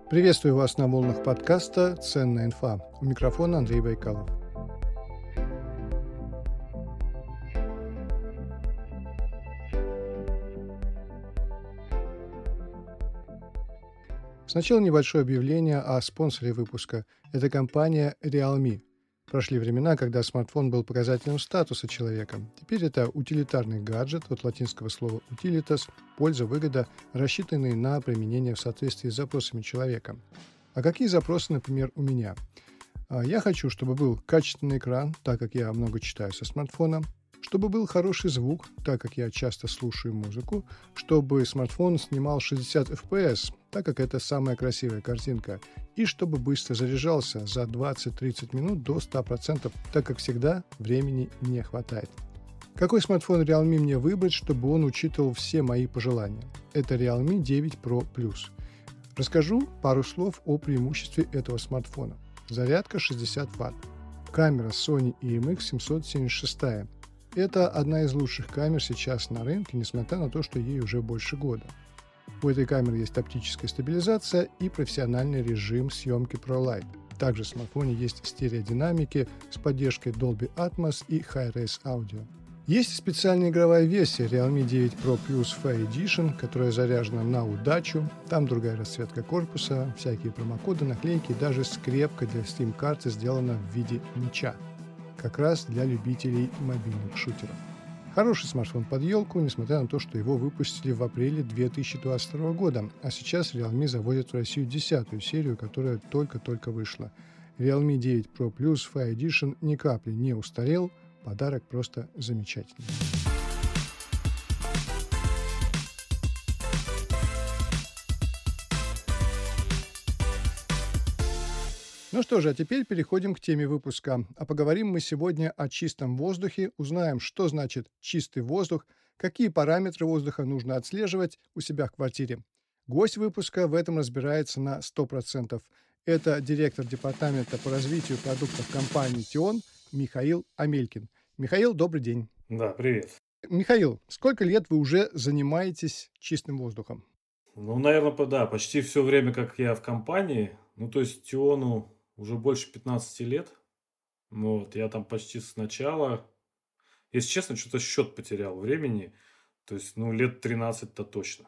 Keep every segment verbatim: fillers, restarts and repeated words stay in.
Приветствую вас на волнах подкаста «Ценная инфа». У микрофона Андрей Байкалов. Сначала небольшое объявление о спонсоре выпуска. Это компания Realme. Прошли времена, когда смартфон был показателем статуса человека. Теперь это утилитарный гаджет от латинского слова utilitas, польза, выгода, рассчитанные на применение в соответствии с запросами человека. А какие запросы, например, у меня? Я хочу, чтобы был качественный экран, так как я много читаю со смартфона, чтобы был хороший звук, так как я часто слушаю музыку, чтобы смартфон снимал шестьдесят эф пи эс, так как это самая красивая картинка, и чтобы быстро заряжался за двадцать-тридцать минут до ста процентов, так как всегда времени не хватает. Какой смартфон Realme мне выбрать, чтобы он учитывал все мои пожелания? Это Realme девять Pro Plus. Расскажу пару слов о преимуществе этого смартфона. Зарядка шестьдесят ватт. Камера Sony и эм икс семьсот семьдесят шесть. Это одна из лучших камер сейчас на рынке, несмотря на то, что ей уже больше года. У этой камеры есть оптическая стабилизация и профессиональный режим съемки ProLight. Также в смартфоне есть стереодинамики с поддержкой Dolby Atmos и Hi-Res Audio. Есть специальная игровая версия Realme девять Pro Plus Fire Edition, которая заряжена на удачу. Там другая расцветка корпуса, всякие промокоды, наклейки, даже скрепка для Steam-карты сделана в виде меча. Как раз для любителей мобильных шутеров. Хороший смартфон под елку, несмотря на то, что его выпустили в апреле две тысячи двадцать второго года, а сейчас Realme заводит в Россию десятую серию, которая только-только вышла. Realme девять Pro Plus Fire Edition ни капли не устарел, подарок просто замечательный. Ну что же, а теперь переходим к теме выпуска. А поговорим мы сегодня о чистом воздухе, узнаем, что значит чистый воздух, какие параметры воздуха нужно отслеживать у себя в квартире. Гость выпуска в этом разбирается на сто процентов. Это директор департамента по развитию продуктов компании Тион Михаил Амелькин. Михаил, добрый день. Да, привет. Михаил, сколько лет вы уже занимаетесь чистым воздухом? Ну, наверное, да, почти все время, как я в компании, ну, то есть Тиону уже больше пятнадцати лет. Вот, я там почти с начала, если честно, что-то счет потерял времени. То есть, ну, лет тринадцать-то точно.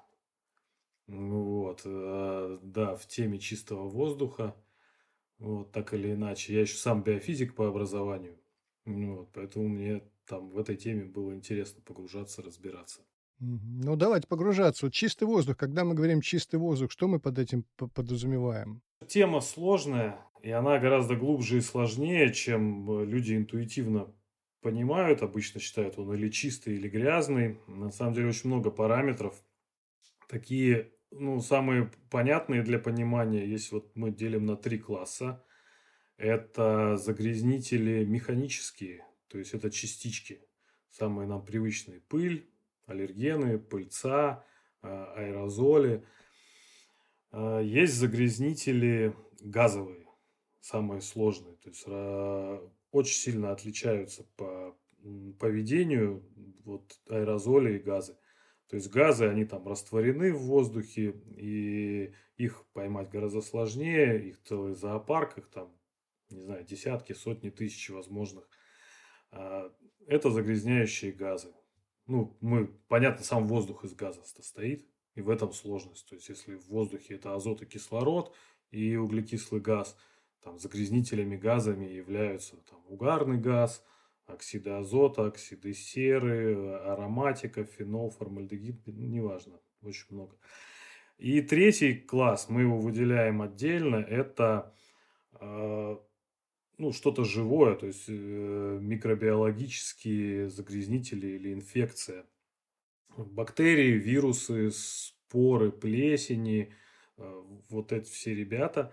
Вот, э, да, в теме чистого воздуха. Вот, так или иначе. Я еще сам биофизик по образованию. Вот, поэтому мне там в этой теме было интересно погружаться, разбираться. Ну, давайте погружаться. Вот чистый воздух. Когда мы говорим чистый воздух, что мы под этим подразумеваем? Тема сложная, и она гораздо глубже и сложнее, чем люди интуитивно понимают. Обычно считают, он или чистый, или грязный. На самом деле очень много параметров. Такие, ну, самые понятные для понимания, если вот мы делим на три класса. Это загрязнители механические, то есть это частички, самые нам привычные. Пыль, аллергены, пыльца, аэрозоли. Есть загрязнители газовые, самые сложные. То есть очень сильно отличаются по поведению вот, аэрозоли и газы. То есть газы, они там растворены в воздухе, и их поймать гораздо сложнее. Их целый зоопарк, их там, не знаю, десятки, сотни тысяч возможных. Это загрязняющие газы. Ну, мы, понятно, сам воздух из газа состоит. И в этом сложность. То есть, если в воздухе это азот и кислород и углекислый газ, там загрязнителями газами являются там, угарный газ, оксиды азота, оксиды серы, ароматика, фенол, формальдегид, неважно, очень много. И третий класс, мы его выделяем отдельно, это э, ну, что-то живое, то есть э, микробиологические загрязнители или инфекция. Бактерии, вирусы, споры, плесени, вот эти все ребята,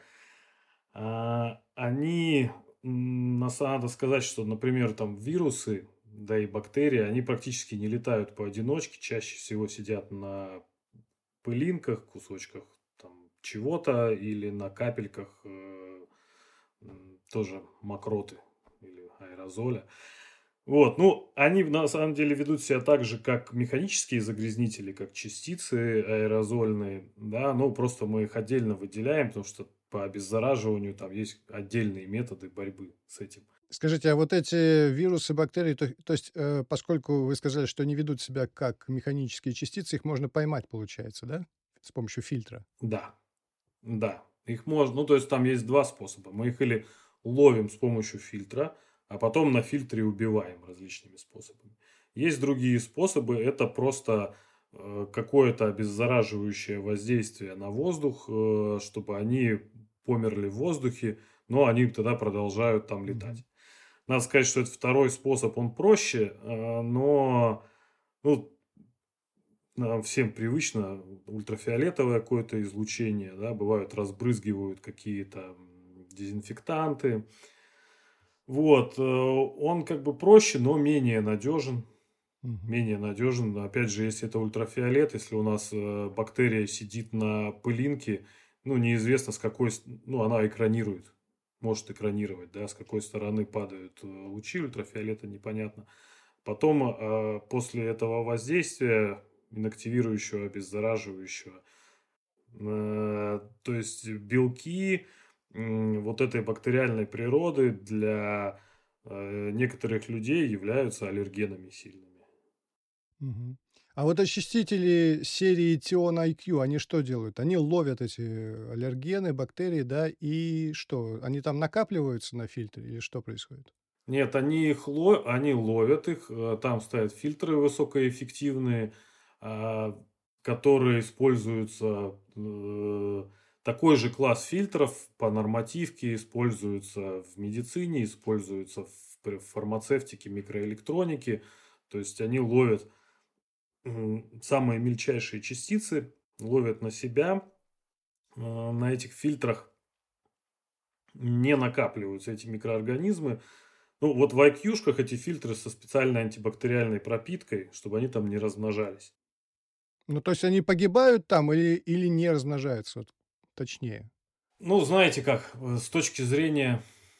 они, надо сказать, что, например, там вирусы, да и бактерии, они практически не летают поодиночке, чаще всего сидят на пылинках, кусочках там чего-то или на капельках тоже мокроты или аэрозоля. Вот, ну, они на самом деле ведут себя так же, как механические загрязнители, как частицы аэрозольные, да, ну, просто мы их отдельно выделяем, потому что по обеззараживанию там есть отдельные методы борьбы с этим. Скажите, а вот эти вирусы, бактерии, то то есть, э, поскольку вы сказали, что они ведут себя как механические частицы, их можно поймать, получается, да? С помощью фильтра? Да, да, их можно, ну, то есть там есть два способа. Мы их или ловим с помощью фильтра, а потом на фильтре убиваем различными способами. Есть другие способы, это просто э, какое-то обеззараживающее воздействие на воздух, э, чтобы они померли в воздухе, но они тогда продолжают там Мгм. летать. Надо сказать, что это второй способ, он проще, э, но ну, нам всем привычно ультрафиолетовое какое-то излучение, да, бывают разбрызгивают какие-то м, дезинфектанты. Вот, э, он как бы проще, но менее надежен. Мгм. Менее надежен. Опять же, если это ультрафиолет, если у нас э, бактерия сидит на пылинке, ну, неизвестно с какой, с- ну, она экранирует, может экранировать, да, с какой стороны падают э, лучи ультрафиолета, непонятно. Потом, э, после этого воздействия, инактивирующего, обеззараживающего, э, то есть белки м, вот этой бактериальной природы для э, некоторых людей являются аллергенами сильными. Мгм. А вот очистители серии Tion I Q, они что делают? Они ловят эти аллергены, бактерии, да, и что? Они там накапливаются на фильтре или что происходит? Нет, они их ло они ловят их, э, там стоят фильтры высокоэффективные, а, которые используются, э, такой же класс фильтров по нормативке используется в медицине, используется в пр фармацевтике, микроэлектронике. То есть они ловят, м, самые мельчайшие частицы, ловят на себя. Э, на этих фильтрах не накапливаются эти микроорганизмы. Ну, вот в айкьюшках эти фильтры со специальной антибактериальной пропиткой, чтобы они там не размножались. Ну, то есть они погибают там или или не размножаются, вот точнее? Ну, знаете как, э, с точки зрения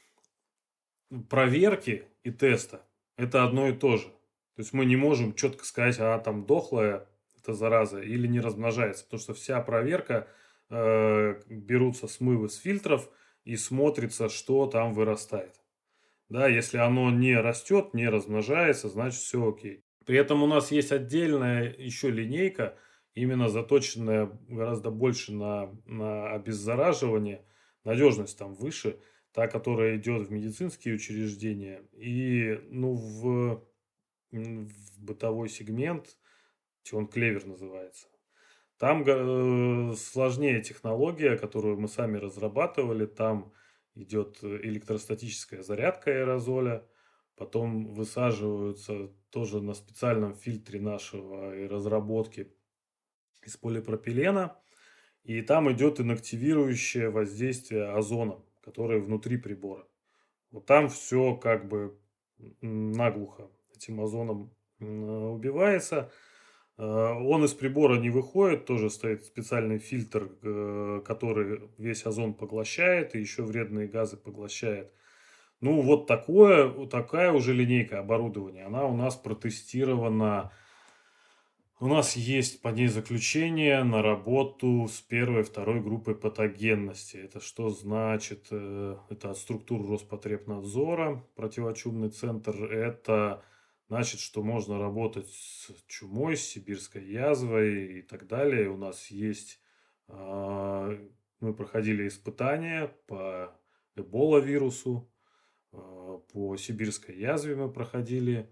проверки и теста, это одно и то же. То есть мы не можем четко сказать, а там дохлая эта зараза или не размножается, потому что вся проверка, э, берутся смывы с фильтров и смотрится, что там вырастает. Да, если оно не растет, не размножается, значит все окей. При этом у нас есть отдельная еще линейка, именно заточенная гораздо больше на, на обеззараживание, надежность там выше, та, которая идет в медицинские учреждения и ну, в, м, в бытовой сегмент, он клевер называется. Там га- э, сложнее технология, которую мы сами разрабатывали. Там идет э, электростатическая зарядка аэрозоля. Потом высаживаются тоже на специальном фильтре нашего и разработки из полипропилена. И там идет инактивирующее воздействие озоном, которое внутри прибора. Вот там все как бы м, наглухо этим озоном м, убивается. Э, Он из прибора не выходит, тоже стоит специальный фильтр, э, который весь озон поглощает и еще вредные газы поглощает. Ну, вот такое, вот такая уже линейка оборудования. Она у нас протестирована. У нас есть по ней заключение на работу с первой, второй группой патогенности. Это что значит? Э, Это от структур Роспотребнадзора, противочумный центр. Это значит, что можно работать с чумой, с сибирской язвой и так далее. У нас есть, а, мы проходили испытания по эбола-вирусу, а, по сибирской язве мы проходили.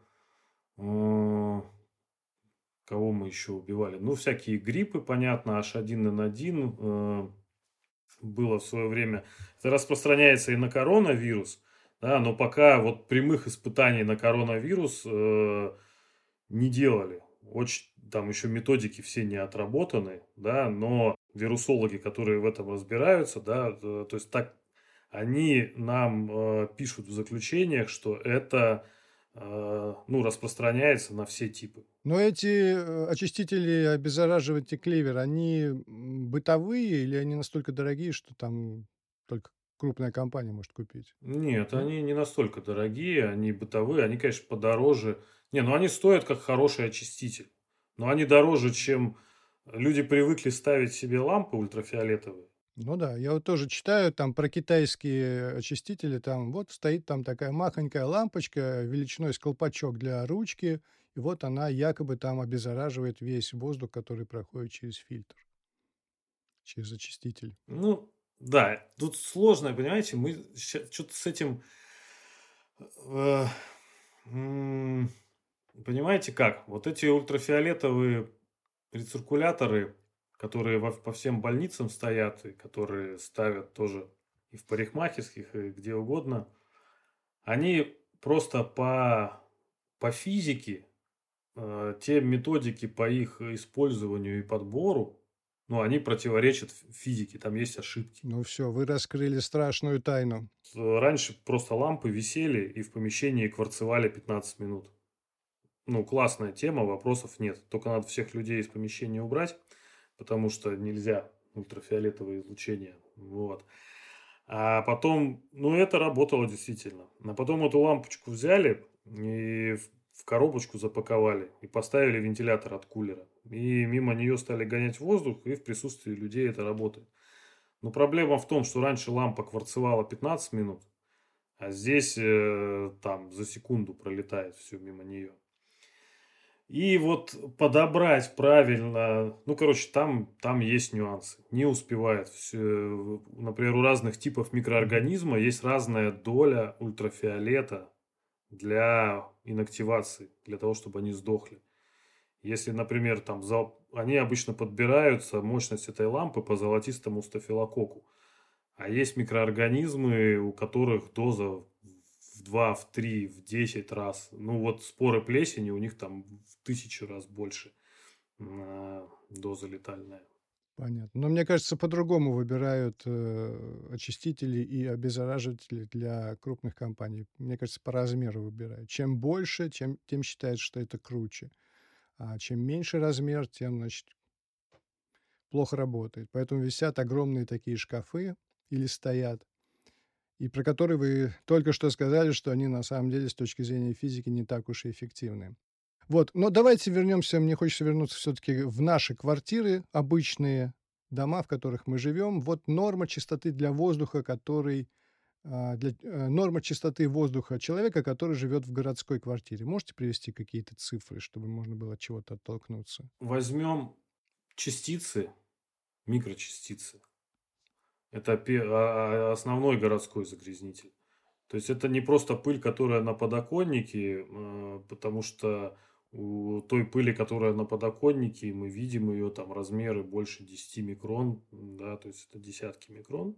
А, Кого мы еще убивали? Ну, всякие гриппы, понятно, эйч один эн один э, было в свое время. Это распространяется и на коронавирус, да, но пока вот прямых испытаний на коронавирус э, не делали. Очень, там еще методики все не отработаны, да, но вирусологи, которые в этом разбираются, да, э, то есть так, они нам э, пишут в заключениях, что это, э, ну, распространяется на все типы. Но эти, э, очистители, обеззараживатель клевер, они, м, бытовые или они настолько дорогие, что там только крупная компания может купить. Нет, Нет? они не настолько дорогие, они бытовые, они, конечно, подороже. Не, ну они стоят как хороший очиститель. Но они дороже, чем люди привыкли ставить себе лампы ультрафиолетовые. Ну да, я вот тоже читаю там про китайские очистители, там вот стоит там такая махонькая лампочка величиной с колпачок для ручки, и вот она якобы там обеззараживает весь воздух, который проходит через фильтр, через очиститель. Ну, да, тут сложно, понимаете, мы что-то с этим... э, м, Понимаете как? Вот эти ультрафиолетовые рециркуляторы, которые во- по всем больницам стоят, и которые ставят тоже и в парикмахерских, и где угодно, они просто по, по физике, э, те методики по их использованию и подбору, ну, они противоречат ф- физике, там есть ошибки. Ну все, вы раскрыли страшную тайну. Э, Раньше просто лампы висели и в помещении кварцевали пятнадцать минут. Ну, классная тема, вопросов нет. Только надо всех людей из помещения убрать, потому что нельзя ультрафиолетовое излучение. Вот. А потом, ну, это работало действительно. А потом эту лампочку взяли и в в коробочку запаковали и поставили вентилятор от кулера. И мимо нее стали гонять воздух, и в присутствии людей это работает. Но проблема в том, что раньше лампа кварцевала пятнадцать минут, а здесь э, там за секунду пролетает все мимо нее. И вот подобрать правильно, ну, короче, там, там есть нюансы. Не успевает все. Например, у разных типов Мгм. микроорганизма есть разная доля ультрафиолета для инактивации, для того, чтобы они сдохли. Если, например, там за- они обычно подбираются, мощность этой лампы по золотистому стафилококку. А есть микроорганизмы, у которых доза в два, в три, в десять раз. Ну вот споры плесени у них там в тысячу раз больше а, доза летальная. Понятно. Но мне кажется, по-другому выбирают э, очистители и обеззараживатели для крупных компаний. Мне кажется, по размеру выбирают. Чем больше, чем, тем считают, что это круче. А чем меньше размер, тем, значит, плохо работает. Поэтому висят огромные такие шкафы или стоят, и про которые вы только что сказали, что они на самом деле с точки зрения физики не так уж и эффективны. Вот, но давайте вернемся, мне хочется вернуться все-таки в наши квартиры, обычные дома, в которых мы живем. Вот норма чистоты для воздуха, который, а, для, э, норма чистоты воздуха человека, который живет в городской квартире. Можете привести какие-то цифры, чтобы можно было от чего-то оттолкнуться? Возьмем частицы, микрочастицы. Это пе- а- а- основной городской загрязнитель. То есть это не просто пыль, которая на подоконнике, э, потому что у той пыли, которая на подоконнике, мы видим ее там размеры больше десяти микрон, да, то есть это десятки микрон.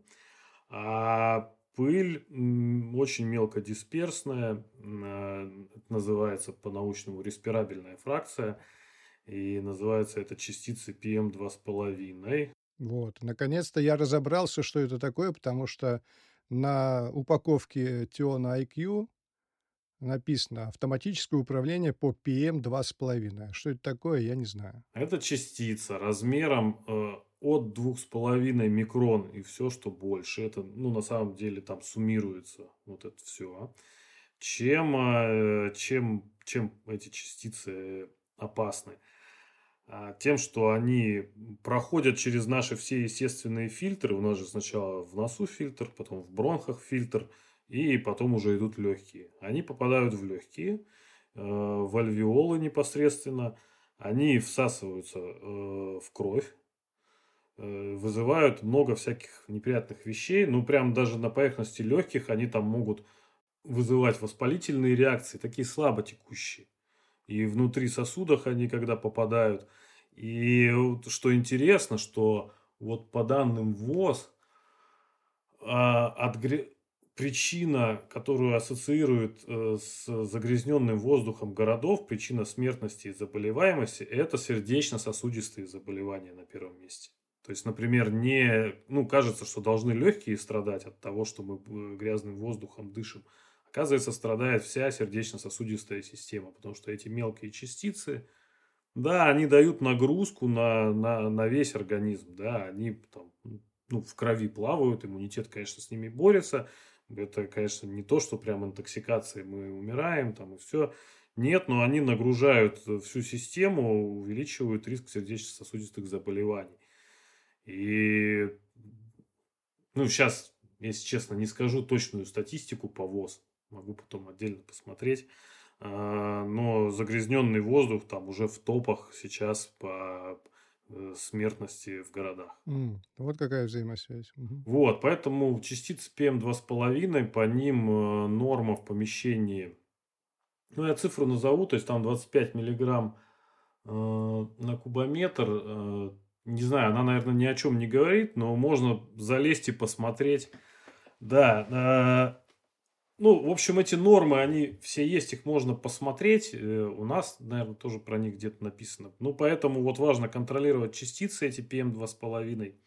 А пыль м, очень мелкодисперсная, м, э, это называется по-научному респирабельная фракция, и называется это частицы пи эм два с половиной. Вот, наконец-то я разобрался, что это такое, потому что на упаковке Теона ай кью написано «Автоматическое управление по пи эм два с половиной». Что это такое, я не знаю. Это частица размером э, от двух с половиной микрон и все, что больше. Это, ну, на самом деле там суммируется вот это все. Чем, э, чем, чем эти частицы опасны? А, Тем, что они проходят через наши все естественные фильтры. У нас же сначала в носу фильтр, потом в бронхах фильтр, и потом уже идут легкие. Они попадают в легкие, э, в альвеолы непосредственно. Они всасываются э, в кровь, э, вызывают много всяких неприятных вещей. Ну, прям даже на поверхности легких они там могут вызывать воспалительные реакции, такие слаботекущие. И внутри сосудов они когда попадают. И вот что интересно, что вот по данным ВОЗ, а, от гре- причина, которую ассоциируют э, с загрязненным воздухом городов, причина смертности и заболеваемости, это сердечно-сосудистые заболевания на первом месте. То есть, например, не, ну, кажется, что должны легкие страдать от того, что мы э, грязным воздухом дышим. Оказывается, страдает вся сердечно-сосудистая система, потому что эти мелкие частицы, да, они дают нагрузку на, на, на весь организм, да, они там ну, в крови плавают, иммунитет, конечно, с ними борется. Это, конечно, не то, что прям интоксикацией мы умираем там и все. Нет, но они нагружают всю систему, увеличивают риск сердечно-сосудистых заболеваний. И, ну, сейчас, если честно, не скажу точную статистику по ВОЗ. Могу потом отдельно посмотреть. А, Но загрязненный воздух там уже в топах сейчас по э, смертности в городах. М, Вот какая взаимосвязь. Мгм. Вот, поэтому частицы пи эм два с половиной, по ним э, норма в помещении, ну, я цифру назову, то есть там двадцать пять миллиграмм э, на кубометр. э, Не знаю, она, наверное, ни о чем не говорит, но можно залезть и посмотреть. Да, э, ну, в общем, эти нормы, они все есть, их можно посмотреть. Э, У нас, наверное, тоже про них где-то написано. Ну, поэтому вот важно контролировать частицы эти пи эм два с половиной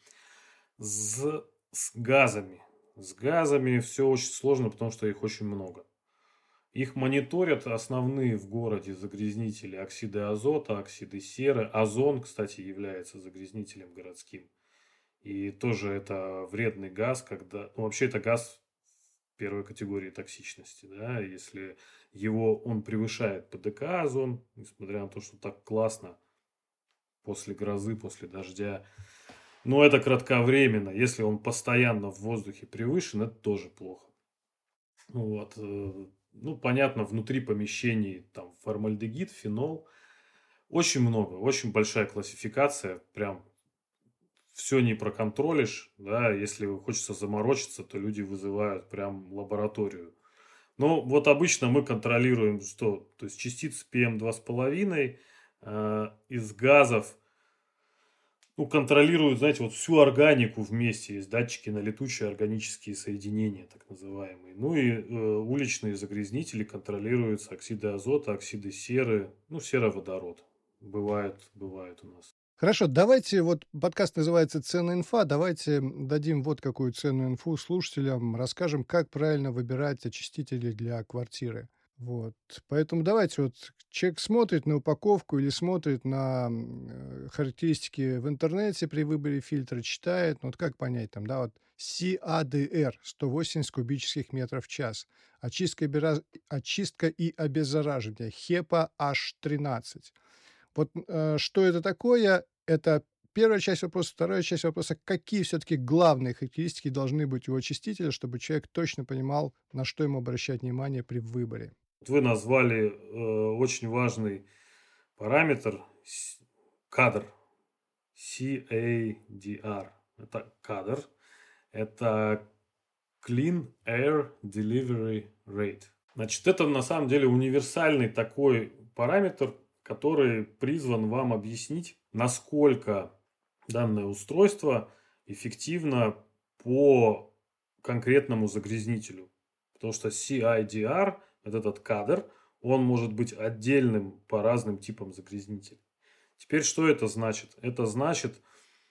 с, с газами. С газами все очень сложно, потому что их очень много. Их мониторят основные в городе загрязнители: оксиды азота, оксиды серы. Озон, кстати, является загрязнителем городским. И тоже это вредный газ, когда... Ну, вообще это газ первой категории токсичности, да, если его, он превышает пэ дэ ка озон, несмотря на то, что так классно после грозы, после дождя, но это кратковременно. Если он постоянно в воздухе превышен, это тоже плохо. Вот. э, Ну, понятно, внутри помещений там формальдегид, фенол. Очень много, очень большая классификация. Прям все не проконтролишь. Да, если хочется заморочиться, то люди вызывают прям лабораторию. Но вот обычно мы контролируем что? То есть частицы пи эм два с половиной э, из газов, ну, контролируют, знаете, вот всю органику вместе. Есть датчики на летучие органические соединения, так называемые. Ну и э, уличные загрязнители контролируются: оксиды азота, оксиды серы, ну, сероводород. Бывает, бывает у нас. Хорошо, давайте, вот подкаст называется «Ценная инфа», давайте м, дадим вот какую ценную инфу слушателям, расскажем, как правильно выбирать очистители для квартиры. Вот, поэтому давайте вот человек смотрит на упаковку или смотрит на м, э, характеристики в интернете при выборе фильтра, читает, ну вот как понять там, да, вот си эй ди ар сто восемьдесят кубических метров в час, очистка, и обера- очистка и обеззараживание, хепа аш тринадцать. Вот, э, что это такое? Это первая часть вопроса. Вторая часть вопроса: какие все-таки главные характеристики должны быть у очистителя, чтобы человек точно понимал, на что ему обращать внимание при выборе? Вот вы назвали э, очень важный параметр с- кадр. си эй ди ар. Это кадр. Это Clean Air Delivery Rate. Значит, это на самом деле универсальный такой параметр, который призван вам объяснить, насколько данное устройство эффективно по конкретному загрязнителю. Потому что си ай ди ар, вот этот кадр, он может быть отдельным по разным типам загрязнителей. Теперь что это значит? Это значит,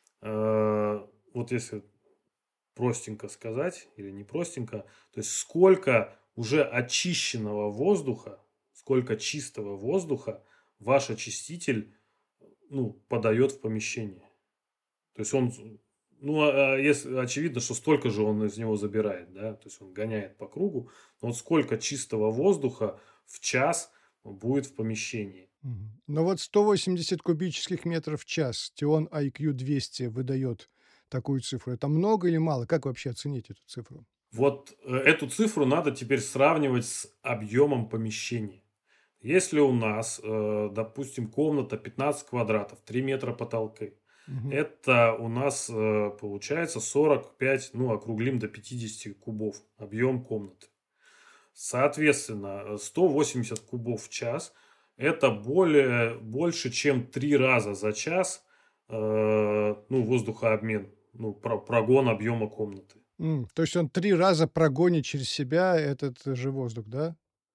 э, вот если простенько сказать или не простенько, то есть сколько уже очищенного воздуха, сколько чистого воздуха ваш очиститель, ну, подает в помещение. То есть он, ну, а- а если, очевидно, что столько же он из него забирает, да, то есть он гоняет по кругу, но вот сколько чистого воздуха в час будет в помещении. Мгм. Но вот сто восемьдесят кубических метров в час, Tion ай кью двести выдает такую цифру. Это много или мало? Как вообще оценить эту цифру? Вот э, эту цифру надо теперь сравнивать с объемом помещения. Если у нас, э, допустим, комната пятнадцать квадратов, три метра потолка, Мгм. это у нас э, получается сорок пять, ну, округлим до пятидесяти кубов объем комнаты. Соответственно, э, сто восемьдесят кубов в час – это более, больше, чем три раза за час, э, ну, воздухообмен, ну, про- прогон объема комнаты. М, То есть он три раза прогонит через себя этот же воздух, да?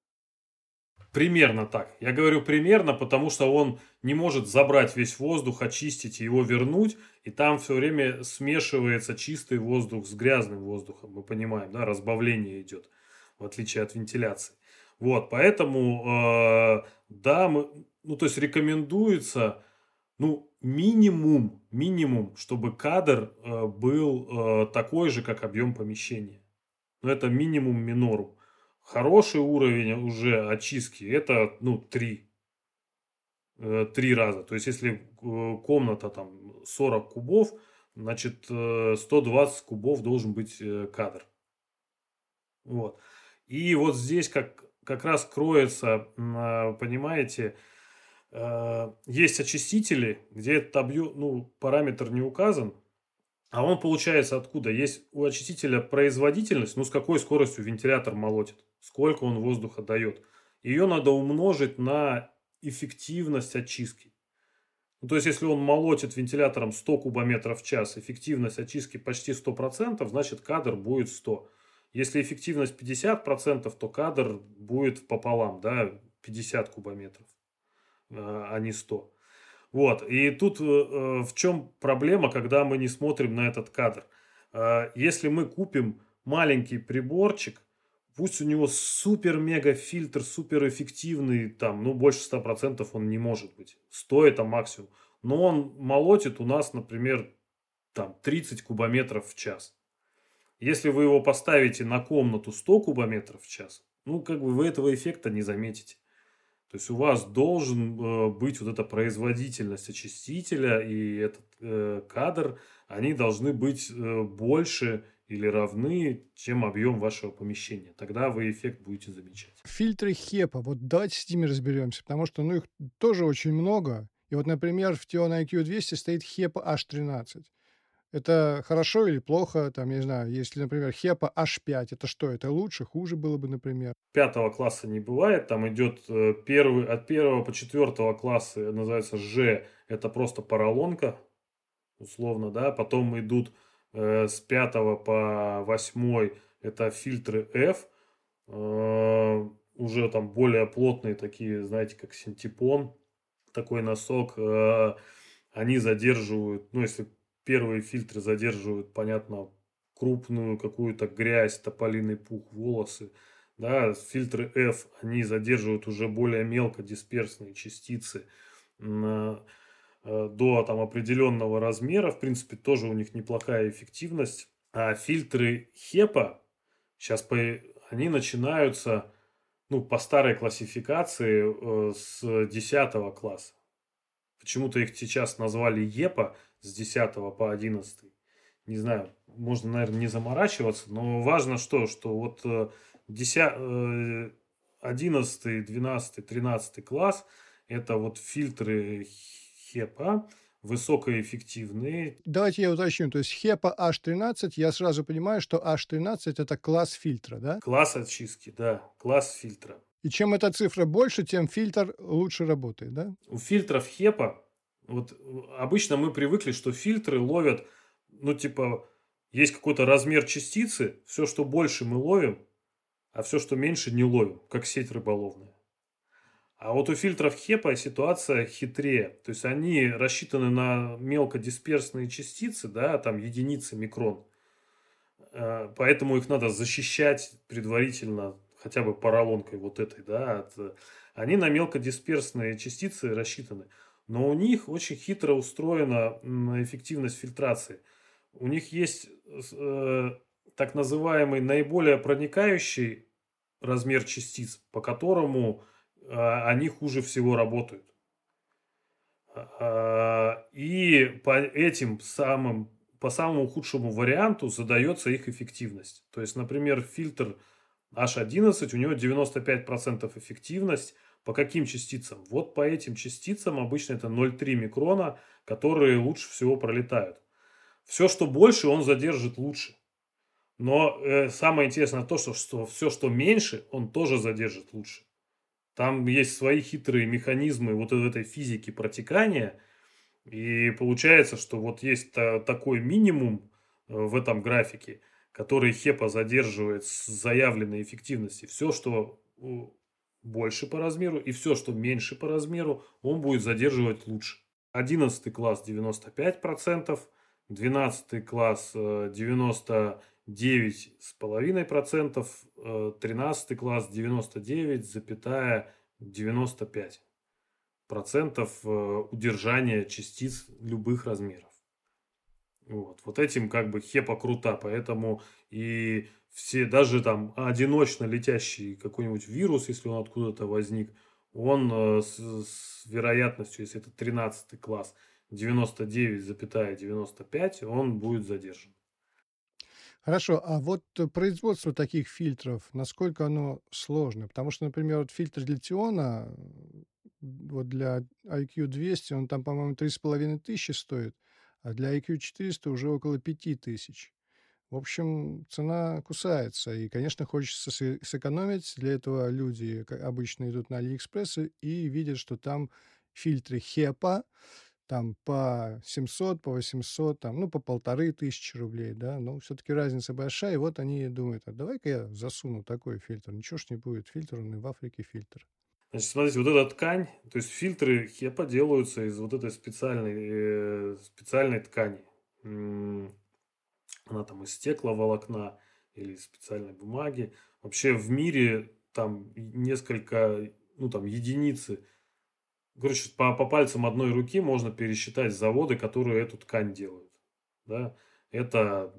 Примерно так. Я говорю примерно, потому что он не может забрать весь воздух, очистить и его вернуть. И там все время смешивается чистый воздух с грязным воздухом. Мы понимаем, да, разбавление идет, в отличие от вентиляции. Вот, поэтому, э, да, мы, ну, то есть рекомендуется, Ну, минимум, минимум, чтобы кадр э, был э, такой же, как объем помещения. Но это минимум минорум. Хороший уровень уже очистки это, ну, три. э, Три раза. То есть, если э, комната там сорок кубов, значит, э, сто двадцать кубов должен быть э, кадр. Вот. И вот здесь как, как раз кроется, м, а, понимаете, э, есть очистители, где этот объем, ну, параметр не указан, а он получается откуда? Есть у очистителя производительность, ну, с какой скоростью вентилятор молотит, сколько он воздуха дает. Ее надо умножить на эффективность очистки. Ну, то есть, если он молотит вентилятором сто кубометров в час, эффективность очистки почти сто процентов, значит кадр будет сто. Если эффективность пятьдесят процентов, то кадр будет пополам, да, пятьдесят кубометров, э, а не сто. Вот. И тут э, э, в чем проблема, когда мы не смотрим на этот кадр? Э, Если мы купим маленький приборчик, пусть у него супер-мега фильтр, супер эффективный, там, ну, больше ста процентов он не может быть. сто это максимум. Но он молотит у нас, например, там тридцать кубометров в час. Если вы его поставите на комнату сто кубометров в час, ну, как бы вы этого эффекта не заметите. То есть у вас должен э, быть вот эта производительность очистителя и этот э, кадр, они должны быть э, больше или равны, чем объем вашего помещения. Тогда вы эффект будете замечать. Фильтры хепа, вот давайте с ними разберемся, потому что, ну, их тоже очень много. И вот, например, в Tion ай кью двести стоит хепа аш тринадцать. Это хорошо или плохо? Там, я не знаю, если, например, хепа аш пять, это что? Это лучше, хуже было бы, например? Пятого класса не бывает, там идет э, первый, от первого по четвертого класса, называется Ж, это просто поролонка, условно, да, потом идут э, с пятого по восьмой, это фильтры F, э, уже там более плотные такие, знаете, как синтепон, такой носок, э, они задерживают, ну, если первые фильтры задерживают, понятно, крупную какую-то грязь, тополиный пух, волосы, да, фильтры F, они задерживают уже более мелкодисперсные частицы на, э, до там определенного размера, в принципе, тоже у них неплохая эффективность. А фильтры хепа, сейчас по, они начинаются, ну, по старой классификации э, с десятого класса. Почему-то их сейчас назвали ЕПА с десятого по одиннадцатый. Не знаю, можно, наверное, не заморачиваться, но важно что, что вот э, десятый, э, одиннадцатый, двенадцатый, тринадцатый класс это вот фильтры хепа, высокоэффективные. Давайте я уточню. То есть хепа аш тринадцать, я сразу понимаю, что аш тринадцать это класс фильтра, да? Класс очистки, да, класс фильтра. И чем эта цифра больше, тем фильтр лучше работает, да? У фильтров хепа, вот э, обычно мы привыкли, что фильтры ловят, ну, типа, есть какой-то размер частицы, все, что больше мы ловим, а все, что меньше, не ловим, как сеть рыболовная. А вот у фильтров хепа ситуация хитрее. То есть они рассчитаны на мелкодисперсные частицы, да, там единицы микрон. Э, Поэтому их надо защищать предварительно хотя бы поролонкой вот этой, да. От, э, они на мелкодисперсные частицы рассчитаны. Но у них очень хитро устроена м, эффективность фильтрации. У них есть э, так называемый наиболее проникающий размер частиц, по которому э, они хуже всего работают. А, И по этим самым, по самому худшему варианту задается их эффективность. То есть, например, фильтр аш одиннадцать, у него девяносто пять процентов эффективность. По каким частицам? Вот по этим частицам обычно это ноль целых три микрона, которые лучше всего пролетают. Все, что больше, он задержит лучше. Но э, самое интересное то, что, что все, что меньше, он тоже задержит лучше. Там есть свои хитрые механизмы вот в этой физики протекания. И получается, что вот есть та- такой минимум э, в этом графике, который хепа задерживает с заявленной эффективности. Все, что э, больше по размеру, и все, что меньше по размеру, он будет задерживать лучше. Одиннадцатый класс девяносто пять процентов, двенадцатый класс э, девяносто девять с половиной процентов, тринадцатый класс девяносто девять, девяносто пять процентов э, удержания частиц любых размеров. Вот, вот этим как бы HEPA крута, поэтому и все, даже там одиночно летящий какой-нибудь вирус, если он откуда-то возник, он э, с, с вероятностью, если это тринадцатый класс, девяносто девять целых девяносто пять сотых, он будет задержан. Хорошо, а вот э, производство таких фильтров, насколько оно сложно? Потому что, например, вот фильтр для Тиона, м, вот для ай кью двести, он там, по-моему, три с половиной тысячи стоит, а для ай кью четыреста уже около пяти тысяч. В общем, цена кусается, и, конечно, хочется сэ сэкономить. Для этого люди, ка обычно, идут на «Алиэкспресс» и видят, что там фильтры HEPA, там по семьсот, по восемьсот, там, ну, по полторы тысячи рублей, да. Но все-таки разница большая, и вот они думают: «А давай-ка я засуну такой фильтр, ничего ж не будет, фильтр, он и в Африке фильтр». Значит, смотрите, вот эта ткань, то есть фильтры HEPA делаются из вот этой специальной, э, специальной ткани. М, Она там из стекловолокна или из специальной бумаги. Вообще в мире там несколько, ну там единицы. Короче, по, по пальцам одной руки можно пересчитать заводы, которые эту ткань делают. Да? Это,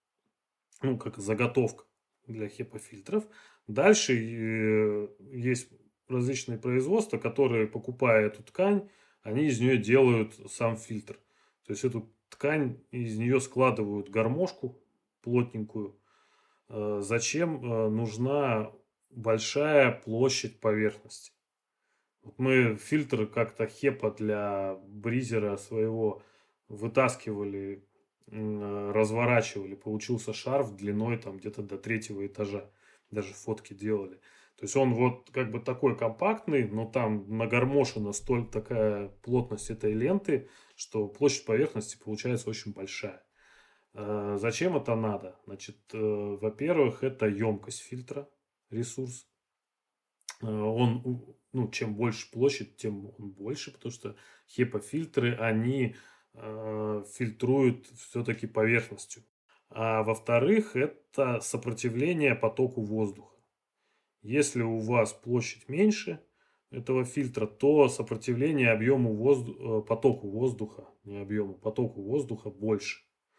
ну, как заготовка для HEPA-фильтров. Дальше э, есть различные производства, которые, покупая эту ткань, они из нее делают сам фильтр. То есть эту ткань, из нее складывают гармошку плотненькую. Э, Зачем э, нужна большая площадь поверхности? Вот мы фильтр как-то HEPA для бризера своего вытаскивали, м, э, разворачивали. Получился шарф длиной там где-то до третьего этажа. Даже фотки делали. То есть он вот как бы такой компактный, но там нагармошена столь такая плотность этой ленты, что площадь поверхности получается очень большая. Э, Зачем это надо? Значит, э, во-первых, это емкость фильтра, ресурс. Э, Он, у- ну, чем больше площадь, тем он больше, потому что HEPA-фильтры, они э, фильтруют все-таки поверхностью. А во-вторых, это сопротивление потоку воздуха. Если у вас площадь меньше этого фильтра, то сопротивление объему воздуха, потоку воздуха, не объему, потоку воздуха больше.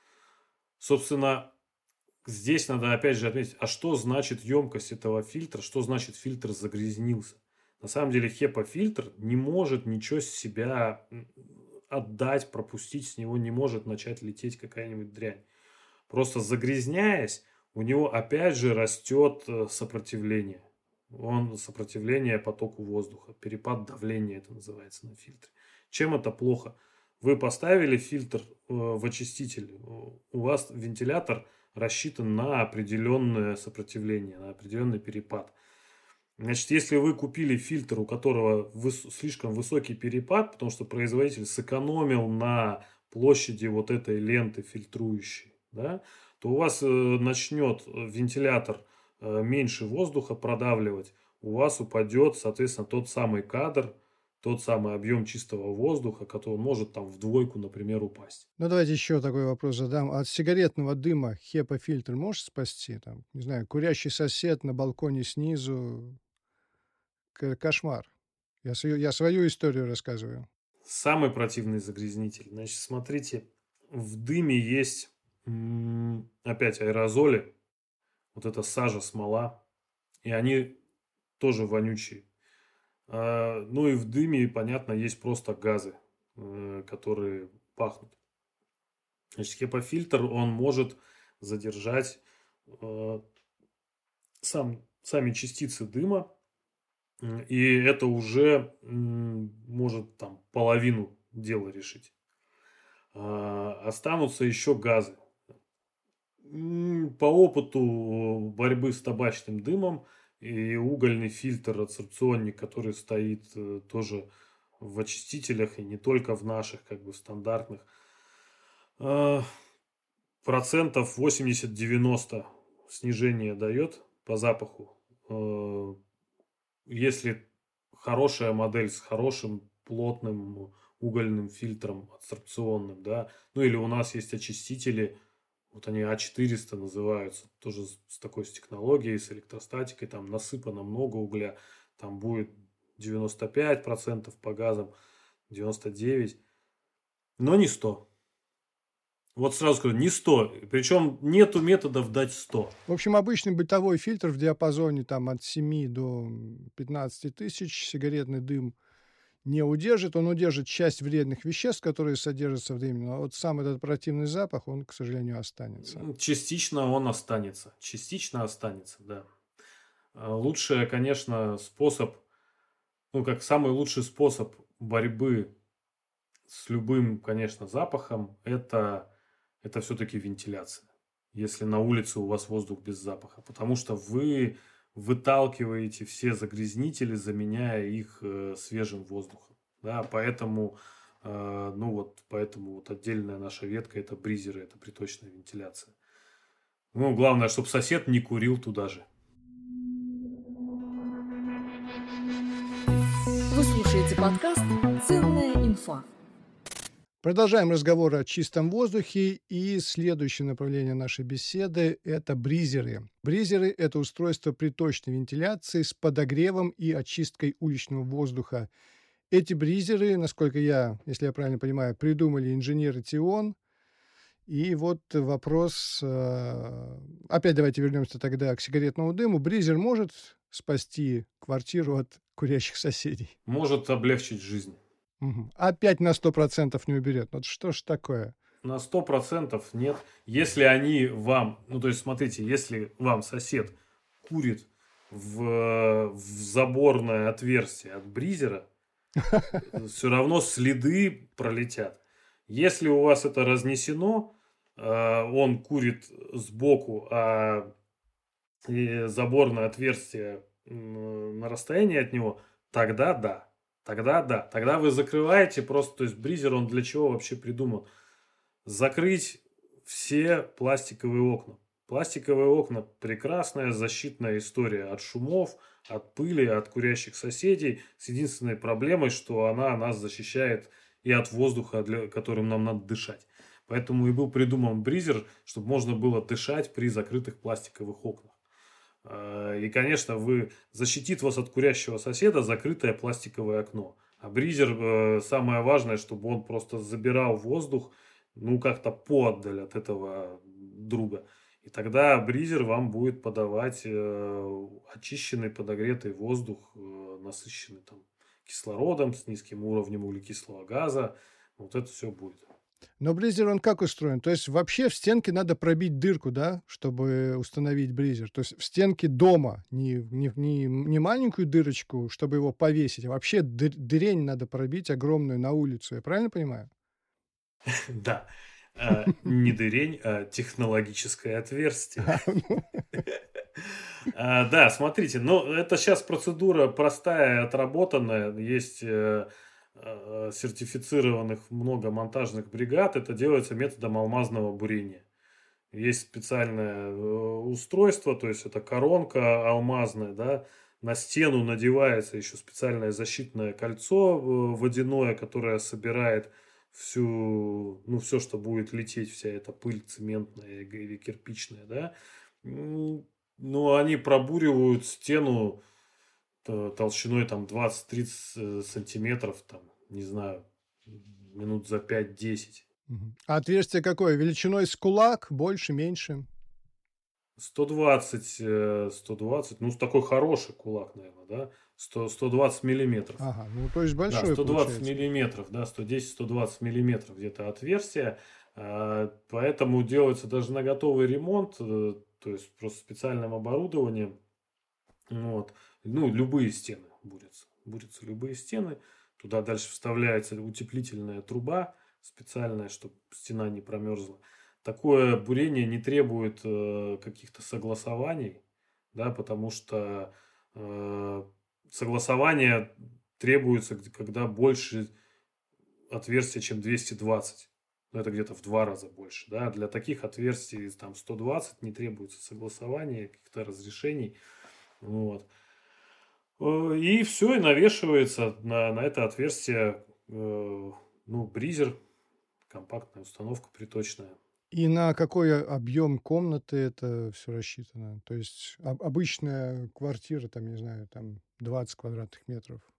Собственно, здесь надо опять же отметить, а что значит емкость этого фильтра, что значит фильтр загрязнился. На самом деле HEPA-фильтр не может ничего с себя отдать, пропустить, с него не может начать лететь какая-нибудь дрянь. Просто загрязняясь, у него опять же растет э, сопротивление. Он сопротивление потоку воздуха. Перепад давления это называется на фильтре. Чем это плохо? Вы поставили фильтр э, в очиститель. У вас вентилятор рассчитан на определенное сопротивление, на определенный перепад. Значит, если вы купили фильтр, у которого выс- слишком высокий перепад, потому что производитель сэкономил на площади вот этой ленты фильтрующей, да, то у вас э, начнет вентилятор э, меньше воздуха продавливать, у вас упадет, соответственно, тот самый кадр, тот самый объем чистого воздуха, который может там в двойку, например, упасть. Ну, давайте еще такой вопрос задам. От сигаретного дыма HEPA-фильтр может спасти? Там, не знаю, курящий сосед на балконе снизу. К кошмар. Я свою я свою историю рассказываю. Самый противный загрязнитель. Значит, смотрите, в дыме есть м, опять аэрозоли, вот эта сажа, смола, и они тоже вонючие. А, ну и в дыме, понятно, есть просто газы, э, которые пахнут. Значит, HEPA-фильтр, он может задержать э, сам, сами частицы дыма, м, и это уже м, может там половину дела решить. А, Останутся еще газы. М, По опыту борьбы с табачным дымом и угольный фильтр, адсорбционник, который стоит э, тоже в очистителях и не только в наших, как бы стандартных, а, процентов восемьдесят-девяносто снижение дает по запаху. Э, Если хорошая модель с хорошим плотным угольным фильтром адсорбционным, да, ну или у нас есть очистители, вот они а четыреста называются, тоже с, с такой с технологией, с электростатикой, там насыпано много угля, там будет девяносто пять процентов по газам, девяносто девять процентов, но не сто. Вот сразу скажу, не сто. Причем нету методов дать сто. В общем, обычный бытовой фильтр в диапазоне там от семи до пятнадцати тысяч сигаретный дым не удержит. Он удержит часть вредных веществ, которые содержатся в дыме, а вот сам этот противный запах, он, к сожалению, останется. Частично он останется. Частично останется, да. А Лучшее, конечно, способ, ну, как самый лучший способ борьбы с любым, конечно, запахом, это, это все-таки вентиляция. Если на улице у вас воздух без запаха. Потому что вы выталкиваете все загрязнители, заменяя их э, свежим воздухом. Да, поэтому, э, ну вот, поэтому вот отдельная наша ветка – это бризеры, это приточная вентиляция. Ну, главное, чтобы сосед не курил туда же. Вы слушаете подкаст «Ценная инфа». Продолжаем разговор о чистом воздухе, и следующее направление нашей беседы – это бризеры. Бризеры – это устройство приточной вентиляции с подогревом и очисткой уличного воздуха. Эти бризеры, насколько я, если я правильно понимаю, придумали инженеры ТИОН. И вот вопрос, э, опять давайте вернемся тогда к сигаретному дыму. Бризер может спасти квартиру от курящих соседей? Может облегчить жизнь. Мгм. Опять на сто процентов не уберет. Вот что ж такое? На сто процентов нет. Если они вам, ну то есть смотрите, если вам сосед курит в, в заборное отверстие от бризера, все равно следы пролетят. Если у вас это разнесено, э, он курит сбоку, а и заборное отверстие м, на расстоянии от него, тогда да. Тогда да. Тогда вы закрываете просто, то есть бризер, он для чего вообще придуман? Закрыть все пластиковые окна. Пластиковые окна – прекрасная защитная история от шумов, от пыли, от курящих соседей. С единственной проблемой, что она нас защищает и от воздуха, для, которым нам надо дышать. Поэтому и был придуман бризер, чтобы можно было дышать при закрытых пластиковых окнах. Э, И, конечно, вы защитит вас от курящего соседа закрытое пластиковое окно. А бризер, э, самое важное, чтобы он просто забирал воздух, ну, как-то поотдаль от этого друга. И тогда бризер вам будет подавать э, очищенный, подогретый воздух, э, насыщенный там кислородом, с низким уровнем углекислого газа. Вот это все будет. Но бризер, он как устроен? То есть вообще в стенке надо пробить дырку, да, чтобы установить бризер? То есть в стенке дома, не, не, не, не маленькую дырочку, чтобы его повесить, а вообще дыр- дырень надо пробить огромную на улицу. Я правильно понимаю? Да, э, не дырень, а технологическое отверстие. А, Да, смотрите, ну это сейчас процедура простая, отработанная. Есть э, э, сертифицированных много монтажных бригад. Это делается методом алмазного бурения. Есть специальное э, устройство, то есть это коронка алмазная, да. На стену надевается еще специальное защитное кольцо э, водяное, которое собирает всю, ну, все, что будет лететь, вся эта пыль цементная или кирпичная, да. М, Ну, они пробуривают стену э, толщиной там двадцать-тридцать э, сантиметров, там, не знаю, минут за пять-десять. Мгм. А отверстие какое? Величиной с кулак? Больше, меньше? сто двадцать, э, сто двадцать, ну, такой хороший кулак, наверное, да, сто, сто двадцать миллиметров. Ага, ну то есть Да, большое сто двадцать получается. миллиметров, да, сто десять сто двадцать миллиметров где-то отверстие. А, Поэтому делается даже на готовый ремонт, э, то есть просто специальным оборудованием. Вот. Ну, любые стены бурятся. Бурятся любые стены. Туда дальше вставляется утеплительная труба специальная, чтобы стена не промерзла. Такое бурение не требует э, каких-то согласований, да, потому что э, согласование требуется, г- когда больше отверстия, чем двести двадцать. Ну, это где-то в два раза больше. Да? Для таких отверстий там сто двадцать не требуется согласования, каких-то разрешений. Вот. Э, И все, и навешивается на, на это отверстие э, ну, бризер, компактная установка приточная. И на какой объем комнаты это все рассчитано? То есть об- обычная квартира, там, не знаю, там двадцать квадратных метров.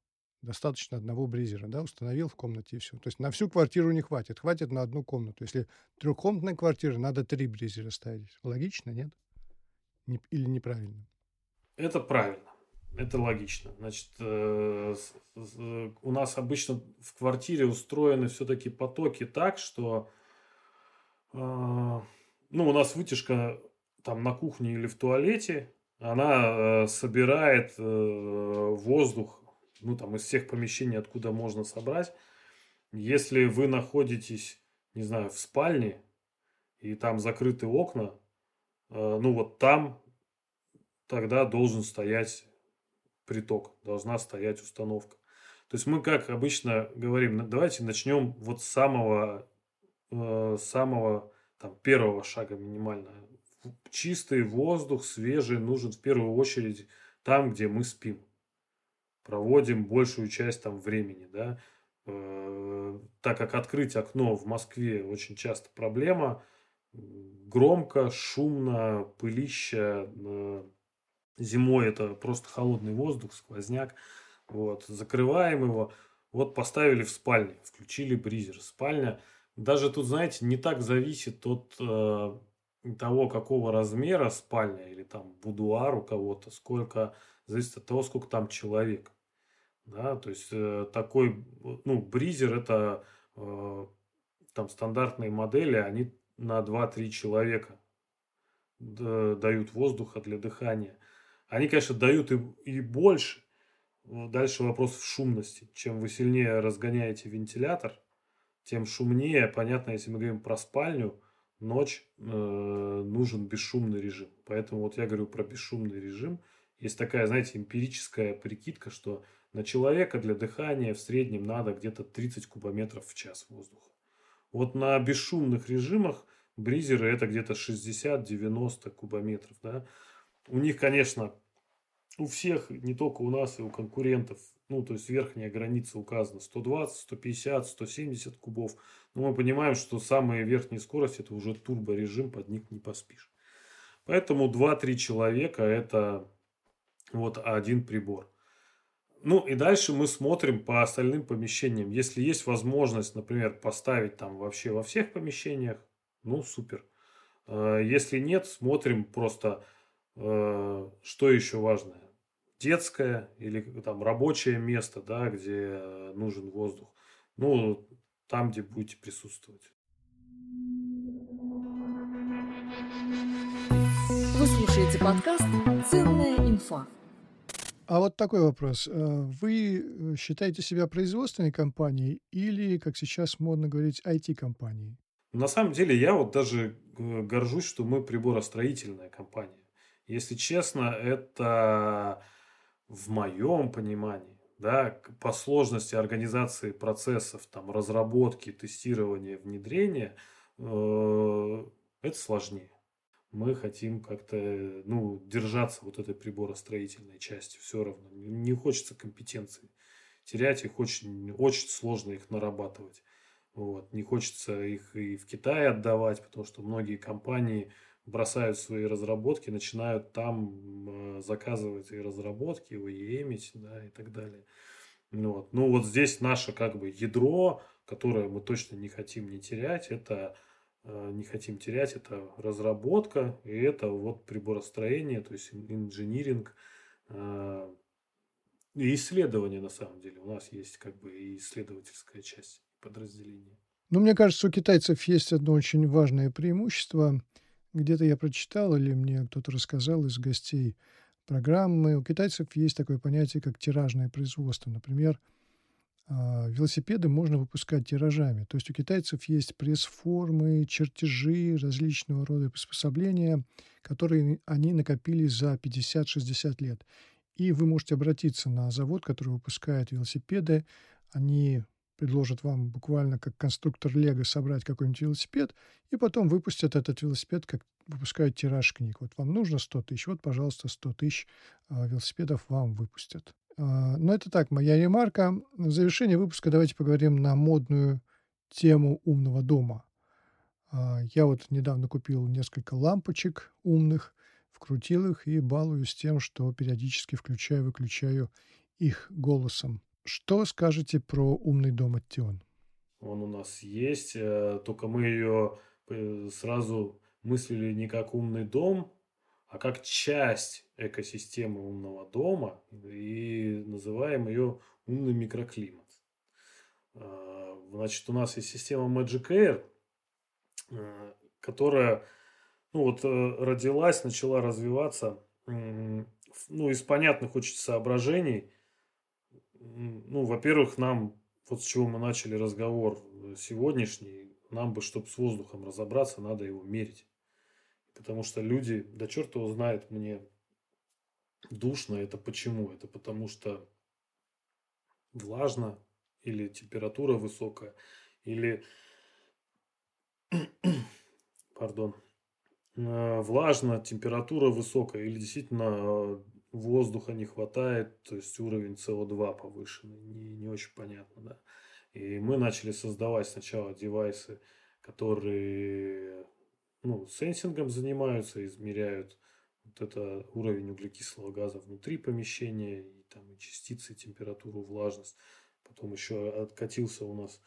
Достаточно одного бризера, да, установил в комнате и все. То есть на всю квартиру не хватит, хватит на одну комнату. Если трехкомнатная квартира, надо три бризера ставить. Логично, нет? Не- или неправильно? Это правильно. Это логично. Значит, э, с- с- э, у нас обычно в квартире устроены все-таки потоки так, что э, ну, у нас вытяжка там на кухне или в туалете, она э, собирает э, воздух, ну, там, из всех помещений, откуда можно собрать. Если вы находитесь, не знаю, в спальне, и там закрыты окна, э, ну, вот там тогда должен стоять приток, должна стоять установка. То есть мы, как обычно говорим, «Ну, давайте начнем вот с самого, э, самого там, первого шага минимально. Чистый воздух, свежий, нужен в первую очередь там, где мы спим. Проводим большую часть там времени, да. Э, так как открыть окно в Москве очень часто проблема. Громко, шумно, пылища. э, Зимой это просто холодный воздух, сквозняк. Вот, закрываем его. Вот поставили в спальне, включили бризер. Спальня, даже тут, знаете, не так зависит от э, того, какого размера спальня или там будуар у кого-то, сколько зависит от того, сколько там человек. Да, то есть э, такой, ну, бризер это э, там стандартные модели, они на два-три человека д- дают воздуха для дыхания. Они, конечно, дают и, и больше. Но дальше вопрос в шумности. Чем вы сильнее разгоняете вентилятор, тем шумнее. Понятно, если мы говорим про спальню, ночь э, нужен бесшумный режим. Поэтому вот я говорю про бесшумный режим. Есть такая, знаете, эмпирическая прикидка, что на человека для дыхания в среднем надо где-то тридцать кубометров в час воздуха. Вот на бесшумных режимах бризеры это где-то шестьдесят-девяносто кубометров. Да? У них, конечно, у всех, не только у нас, и у конкурентов, ну, то есть верхняя граница указана сто двадцать, сто пятьдесят, сто семьдесят кубов. Но мы понимаем, что самая верхняя скорость это уже турборежим, под них не поспишь. Поэтому два-три человека это вот один прибор. Ну и дальше мы смотрим по остальным помещениям. Если есть возможность, например, поставить там вообще во всех помещениях, ну супер. Э, Если нет, смотрим просто, э, что еще важное. Детское или там рабочее место, да, где э, нужен воздух. Ну, там, где будете присутствовать. Вы слушаете подкаст «Ценная инфа». А вот такой вопрос. Э, Вы э, считаете себя производственной компанией или, как сейчас модно говорить, ай ти-компанией? На самом деле, я вот даже э, горжусь, что мы приборостроительная компания. Если честно, это в моем понимании, да, к- по сложности организации процессов, там, разработки, тестирования, внедрения, э, это сложнее. Мы хотим как-то, э, ну, держаться вот этой приборостроительной части все равно. Не не хочется компетенции терять, их очень, очень сложно их нарабатывать. Вот. Не хочется их и в Китай отдавать, потому что многие компании бросают свои разработки, начинают там э, заказывать и разработки, и ОЕМить, да, и так далее. Ну вот. Ну вот здесь наше как бы ядро, которое мы точно не хотим не терять, это э, не хотим терять, это разработка, и это вот приборостроение, то есть ин- инжиниринг, э, и исследование на самом деле. У нас есть как бы и исследовательская часть подразделения. Ну, мне кажется, у китайцев есть одно очень важное преимущество. Где-то я прочитал или мне кто-то рассказал из гостей программы. У китайцев есть такое понятие, как тиражное производство. Например, а, велосипеды можно выпускать тиражами. То есть у китайцев есть пресс-формы, чертежи, различного рода приспособления, которые они накопили за пятьдесят-шестьдесят лет. И вы можете обратиться на завод, который выпускает велосипеды. Они предложат вам буквально как конструктор Лего собрать какой-нибудь велосипед, и потом выпустят этот велосипед, как выпускают тираж книг. Вот вам нужно сто тысяч, вот, пожалуйста, сто тысяч а, велосипедов вам выпустят. А, Но это так, моя ремарка. В завершение выпуска давайте поговорим на модную тему умного дома. А, Я вот недавно купил несколько лампочек умных, вкрутил их и балуюсь тем, что периодически включаю-выключаю их голосом. Что скажете про умный дом от Тион? Он у нас есть, э, только мы ее э, сразу мыслили не как умный дом, а как часть экосистемы умного дома и называем ее умный микроклимат. А, Значит, у нас есть система Magic Air, э, которая ну, вот, э, родилась, начала развиваться м, в- ну, из понятных очень соображений. М, Ну, во-первых, нам, вот с чего мы начали разговор э, сегодняшний, нам бы, чтобы с воздухом разобраться, надо его мерить. Потому что люди, да черт его знает, мне душно. Это почему? Это потому что влажно, или температура высокая, или, пардон, э, влажно, температура высокая, или действительно э, воздуха не хватает, то есть уровень С О два повышенный, не, не очень понятно, да. И мы начали создавать сначала девайсы, которые ну, сенсингом занимаются, измеряют вот это уровень углекислого газа внутри помещения, и там и частицы, и температуру, влажность. Потом еще откатился у нас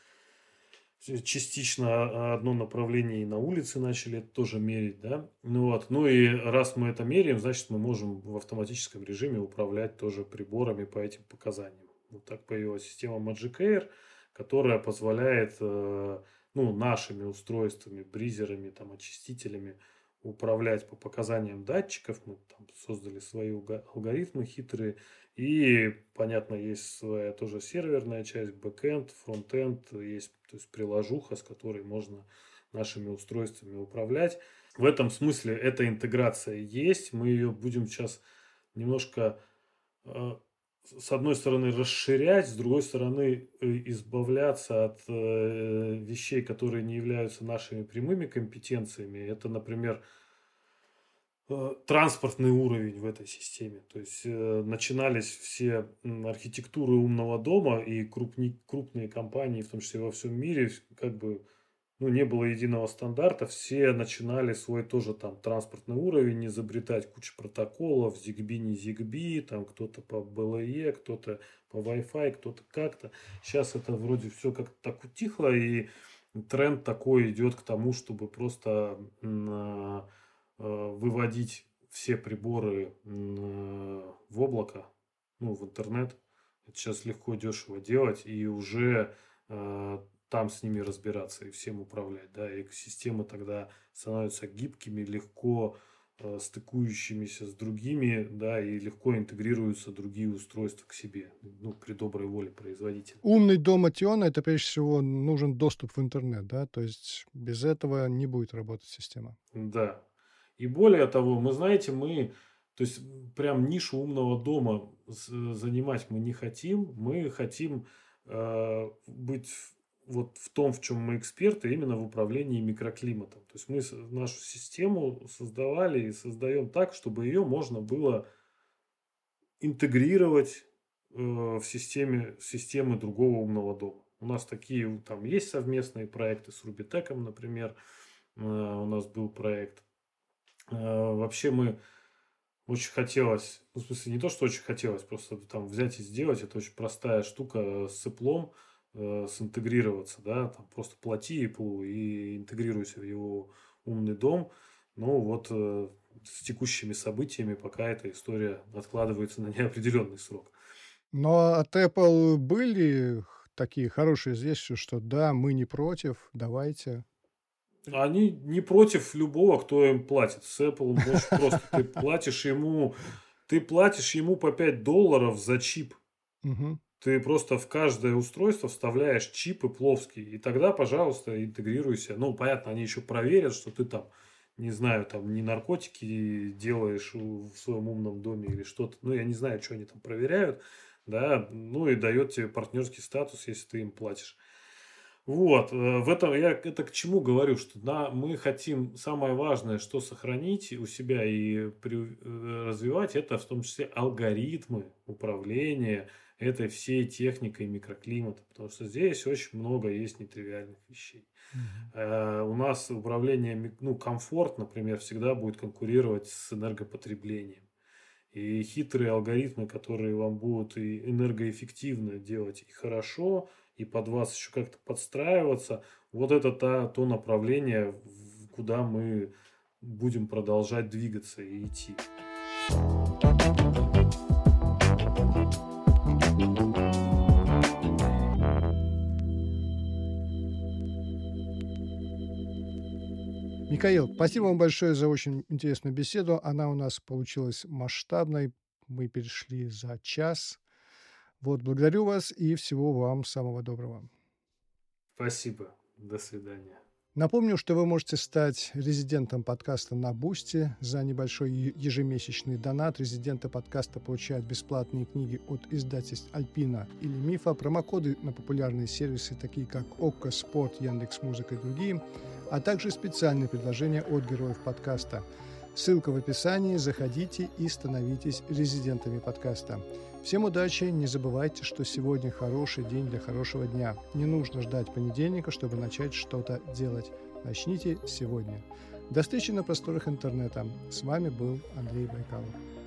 частично одно направление и на улице начали это тоже мерить, да. Ну вот, ну и раз мы это меряем, значит мы можем в автоматическом режиме управлять тоже приборами по этим показаниям. Вот так появилась система Magic Air, которая позволяет э, ну, нашими устройствами, бризерами, там, очистителями управлять по показаниям датчиков. Мы там создали свои алго- алгоритмы хитрые. И, понятно, есть своя тоже серверная часть, бэкэнд, фронтенд, есть то есть приложуха, с которой можно нашими устройствами управлять. В этом смысле эта интеграция есть. Мы ее будем сейчас немножко э, с одной стороны расширять, с другой стороны э, избавляться от э, вещей, которые не являются нашими прямыми компетенциями. Это, например, э, транспортный уровень в этой системе. То есть э, начинались все м, архитектуры умного дома и крупни- крупные компании, в том числе во всем мире, как бы ну, не было единого стандарта, все начинали свой тоже там транспортный уровень изобретать, кучу протоколов, ZigBee, не ZigBee, там кто-то по бэ эл и, кто-то по Wi-Fi, кто-то как-то. Сейчас это вроде все как-то так утихло, и тренд такой идет к тому, чтобы просто м, а, а, выводить все приборы м, в облако, ну, в интернет. Это сейчас легко, дешево делать, и уже э, там с ними разбираться и всем управлять, да, и экосистемы тогда становятся гибкими, легко э, стыкующимися с другими, да, и легко интегрируются другие устройства к себе, ну, при доброй воле производителя. Умный дом от Тиона — это прежде всего нужен доступ в интернет, да? То есть без этого не будет работать система. Да. И более того, мы знаете, мы, то есть прям нишу умного дома с- занимать мы не хотим, мы хотим э, быть в- вот в том, в чем мы эксперты, именно в управлении микроклиматом. То есть мы с- нашу систему создавали и создаем так, чтобы ее можно было интегрировать э, в системе, в системы другого умного дома. У нас такие там есть совместные проекты с Рубитеком, например. Э, у нас был проект. Э, Вообще мы очень хотелось, ну, в смысле, не то, что очень хотелось, просто там взять и сделать. Это очень простая штука с цеплом, э, синтегрироваться, да, там просто плати Apple и интегрируйся в его умный дом. Но вот э, с текущими событиями пока эта история откладывается на неопределенный срок. Но от Apple были х такие хорошие известия, что да, мы не против, давайте. Они не против любого, кто им платит. С Apple очень просто. Ты платишь ему, ты платишь ему по пять долларов за чип. Мгм. Ты просто в каждое устройство вставляешь чип и пловский. И тогда, пожалуйста, интегрируйся. Ну, понятно, они еще проверят, что ты там, не знаю, там не наркотики делаешь у- в своем умном доме или что-то. Ну, я не знаю, что они там проверяют. Да, ну и дает тебе партнерский статус, если ты им платишь. Вот, э, в этом я это к чему говорю, что да, мы хотим самое важное, что сохранить у себя и при- э, развивать, это в том числе алгоритмы управления этой всей техникой микроклимата, потому что здесь очень много есть нетривиальных вещей. Мгм. Э, У нас управление, ми- ну, комфорт, например, всегда будет конкурировать с энергопотреблением. и хитрые алгоритмы, которые вам будут и энергоэффективно делать и хорошо, и под вас еще как-то подстраиваться. Вот это та, то направление, куда мы будем продолжать двигаться и идти. Михаил, спасибо вам большое за очень интересную беседу. Она у нас получилась масштабной. Мы перешли за час. Вот, благодарю вас и всего вам самого доброго. Спасибо. До свидания. Напомню, что вы можете стать резидентом подкаста на Бусти. За небольшой ежемесячный донат резиденты подкаста получают бесплатные книги от издательств Альпина или Мифа, промокоды на популярные сервисы, такие как ОККО, Спорт, Яндекс.Музыка и другие, а также специальные предложения от героев подкаста. Ссылка в описании, заходите и становитесь резидентами подкаста. Всем удачи, не забывайте, что сегодня хороший день для хорошего дня. Не нужно ждать понедельника, чтобы начать что-то делать. Начните сегодня. До встречи на просторах интернета. С вами был Андрей Байкалов.